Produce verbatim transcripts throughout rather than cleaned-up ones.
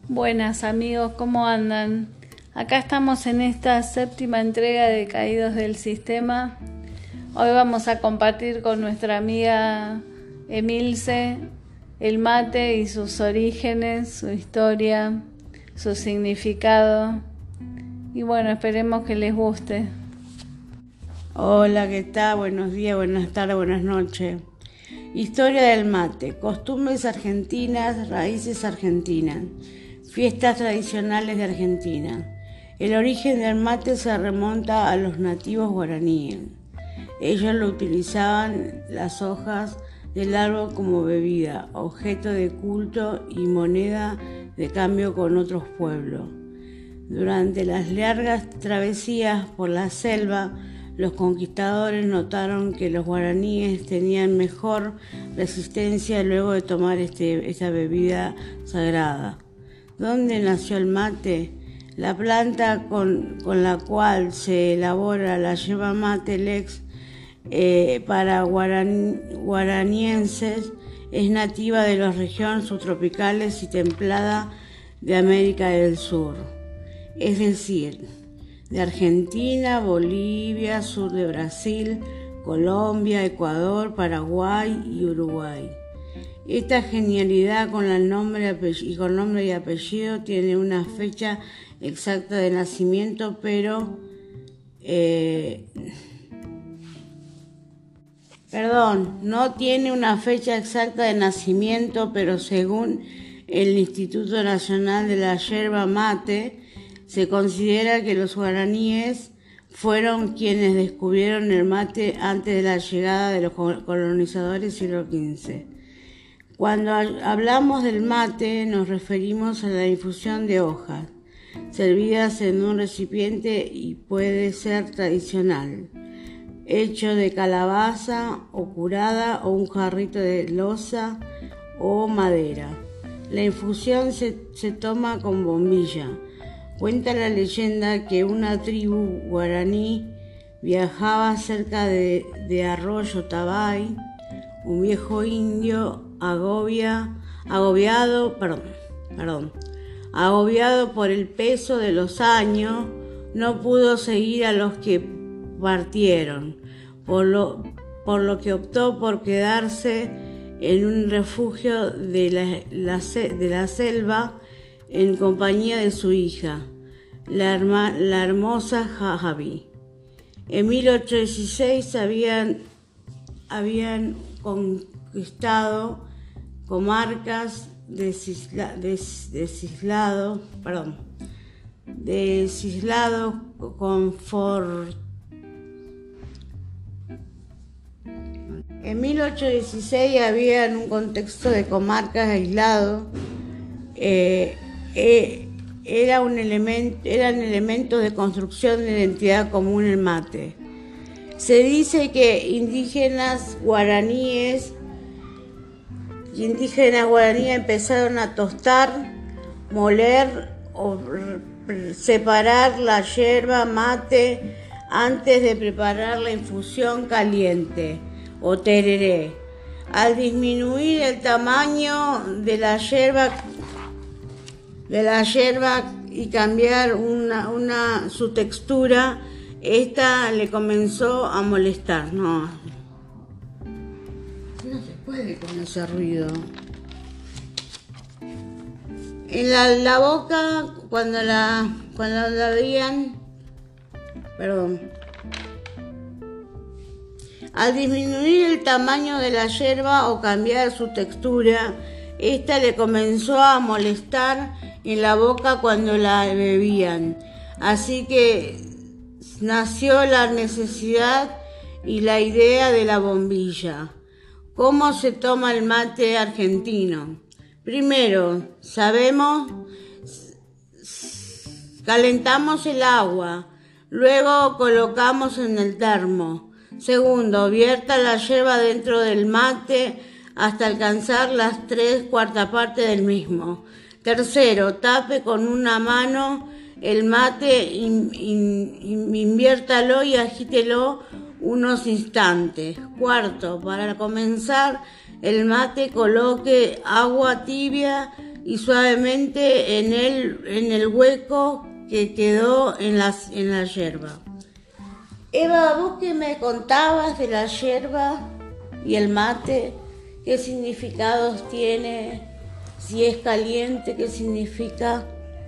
Buenas amigos, ¿cómo andan? Acá estamos en esta séptima entrega de Caídos del Sistema. Hoy vamos a compartir con nuestra amiga Emilce el mate y sus orígenes, su historia, su significado. Y bueno, esperemos que les guste. Hola, ¿qué tal? Buenos días, buenas tardes, buenas noches. Historia del mate, costumbres argentinas, raíces argentinas, fiestas tradicionales de Argentina. El origen del mate se remonta a los nativos guaraníes. Ellos lo utilizaban las hojas del árbol como bebida, objeto de culto y moneda de cambio con otros pueblos. Durante las largas travesías por la selva, los conquistadores notaron que los guaraníes tenían mejor resistencia luego de tomar este, esta bebida sagrada. ¿Dónde nació el mate? La planta con, con la cual se elabora la yerba mate lex eh, para guaran, guaranienses es nativa de las regiones subtropicales y templada de América del Sur, es decir, de Argentina, Bolivia, sur de Brasil, Colombia, Ecuador, Paraguay y Uruguay. Esta genialidad con el nombre y con nombre y apellido tiene una fecha exacta de nacimiento, pero eh, perdón, no tiene una fecha exacta de nacimiento, pero según el Instituto Nacional de la Yerba Mate, se considera que los guaraníes fueron quienes descubrieron el mate antes de la llegada de los colonizadores siglo quince. Cuando hablamos del mate nos referimos a la infusión de hojas, servidas en un recipiente y puede ser tradicional, hecho de calabaza o curada o un jarrito de loza o madera. La infusión se, se toma con bombilla. Cuenta la leyenda que una tribu guaraní viajaba cerca de, de Arroyo Tabay. Un viejo indio agobia, agobiado, perdón, perdón, agobiado por el peso de los años, no pudo seguir a los que partieron, por lo, por lo que optó por quedarse en un refugio de la, la, de la selva en compañía de su hija, la, herma, la hermosa Jajabi. En mil ochocientos dieciséis habían, habían conquistado comarcas desisla, des, desislado, perdón, desislado con for... En mil ochocientos dieciséis había en un contexto de comarcas aislado, eh, eh, era un elemento, eran elementos de construcción de identidad común el mate. Se dice que indígenas guaraníes, indígenas guaraníes empezaron a tostar, moler o separar la yerba mate antes de preparar la infusión caliente o tereré. Al disminuir el tamaño de la yerba de la yerba y cambiar una, una, su textura, esta le comenzó a molestar. No, no se puede con ese ruido. En la, la boca, cuando la, cuando la abrían, perdón, al disminuir el tamaño de la yerba o cambiar su textura, esta le comenzó a molestar en la boca cuando la bebían. Así que nació la necesidad y la idea de la bombilla. ¿Cómo se toma el mate argentino? Primero, sabemos, calentamos el agua, luego colocamos en el termo. Segundo, vierta la yerba dentro del mate hasta alcanzar las tres cuartas partes del mismo. Tercero, tape con una mano el mate, in, in, in, inviértalo y agítelo unos instantes. Cuarto, para comenzar el mate coloque agua tibia y suavemente en el, en el hueco que quedó en la, en la yerba. Eva, vos que me contabas de la yerba y el mate, ¿qué significados tiene? Si es caliente, ¿qué significa?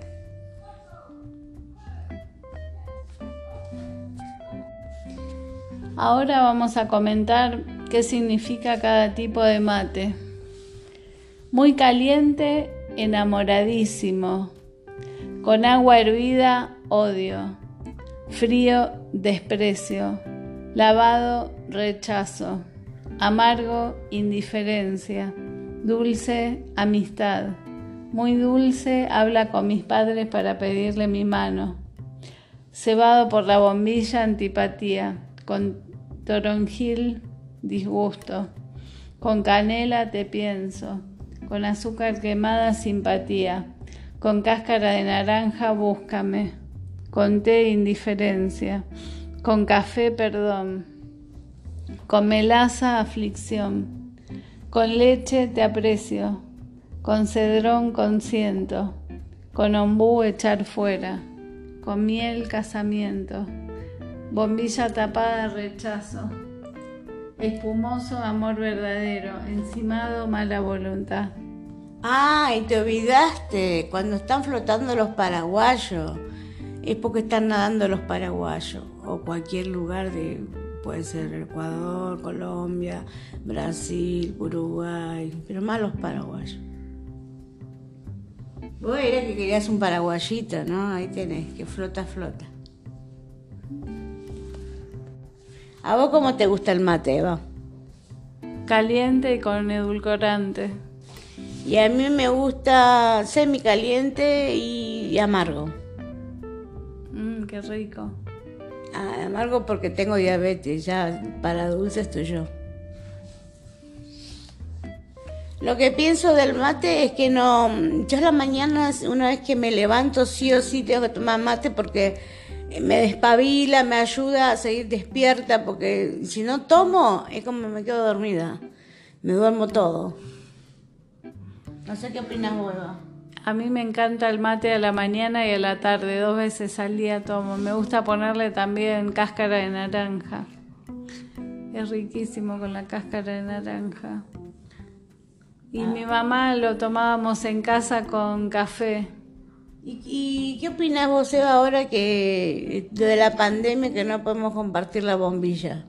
Ahora vamos a comentar qué significa cada tipo de mate. Muy caliente, enamoradísimo. Con agua hervida, odio. Frío, desprecio. Lavado, rechazo. Amargo, indiferencia. Dulce, amistad. Muy dulce, habla con mis padres para pedirle mi mano. Cebado por la bombilla, antipatía. Con toronjil, disgusto. Con canela, te pienso. Con azúcar quemada, simpatía. Con cáscara de naranja, búscame. Con té, indiferencia. Con café, perdón. Con melaza, aflicción. Con leche, te aprecio. Con cedrón, consiento. Con ombú, echar fuera. Con miel, casamiento. Bombilla tapada, rechazo. Espumoso, amor verdadero. Encimado, mala voluntad. Ah, y te olvidaste, cuando están flotando los paraguayos, es porque están nadando los paraguayos, o cualquier lugar de, puede ser Ecuador, Colombia, Brasil, Uruguay, pero más los paraguayos. Vos eras que querías un paraguayito, ¿no? Ahí tenés, que flota, flota. ¿A vos cómo te gusta el mate, Eva? Caliente y con edulcorante. Y a mí me gusta semicaliente y amargo. Mmm, qué rico. Ah, amargo porque tengo diabetes, ya para dulce estoy yo. Lo que pienso del mate es que no, yo a la mañana, una vez que me levanto, sí o sí tengo que tomar mate porque me despabila, me ayuda a seguir despierta, porque si no tomo es como me quedo dormida, me duermo todo. No sé qué opinas vos, Eva. A mí me encanta el mate a la mañana y a la tarde, dos veces al día tomo. Me gusta ponerle también cáscara de naranja. Es riquísimo con la cáscara de naranja. Y ah. mi mamá lo tomábamos en casa con café. ¿Y, y qué opinas vos, Eva, ahora que de la pandemia que no podemos compartir la bombilla?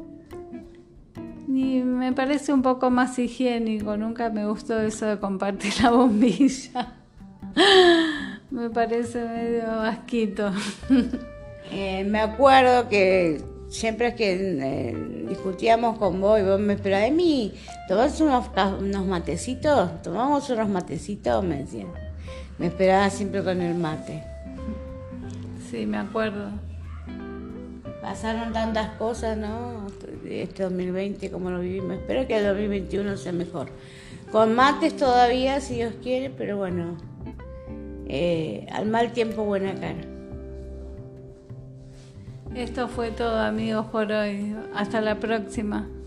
Y me parece un poco más higiénico, nunca me gustó eso de compartir la bombilla. Me parece medio asquito. Eh, me acuerdo que siempre que eh, discutíamos con vos y vos me esperabas, Emi, ¿tomás unos, unos matecitos? ¿Tomamos unos matecitos? Me decían. Me esperaba siempre con el mate. Sí, me acuerdo. Pasaron tantas cosas, ¿no? Este dos mil veinte, como lo vivimos. Espero que el dos mil veintiuno sea mejor. Con mates todavía, si Dios quiere, pero bueno, eh, al mal tiempo, buena cara. Esto fue todo, amigos, por hoy. Hasta la próxima.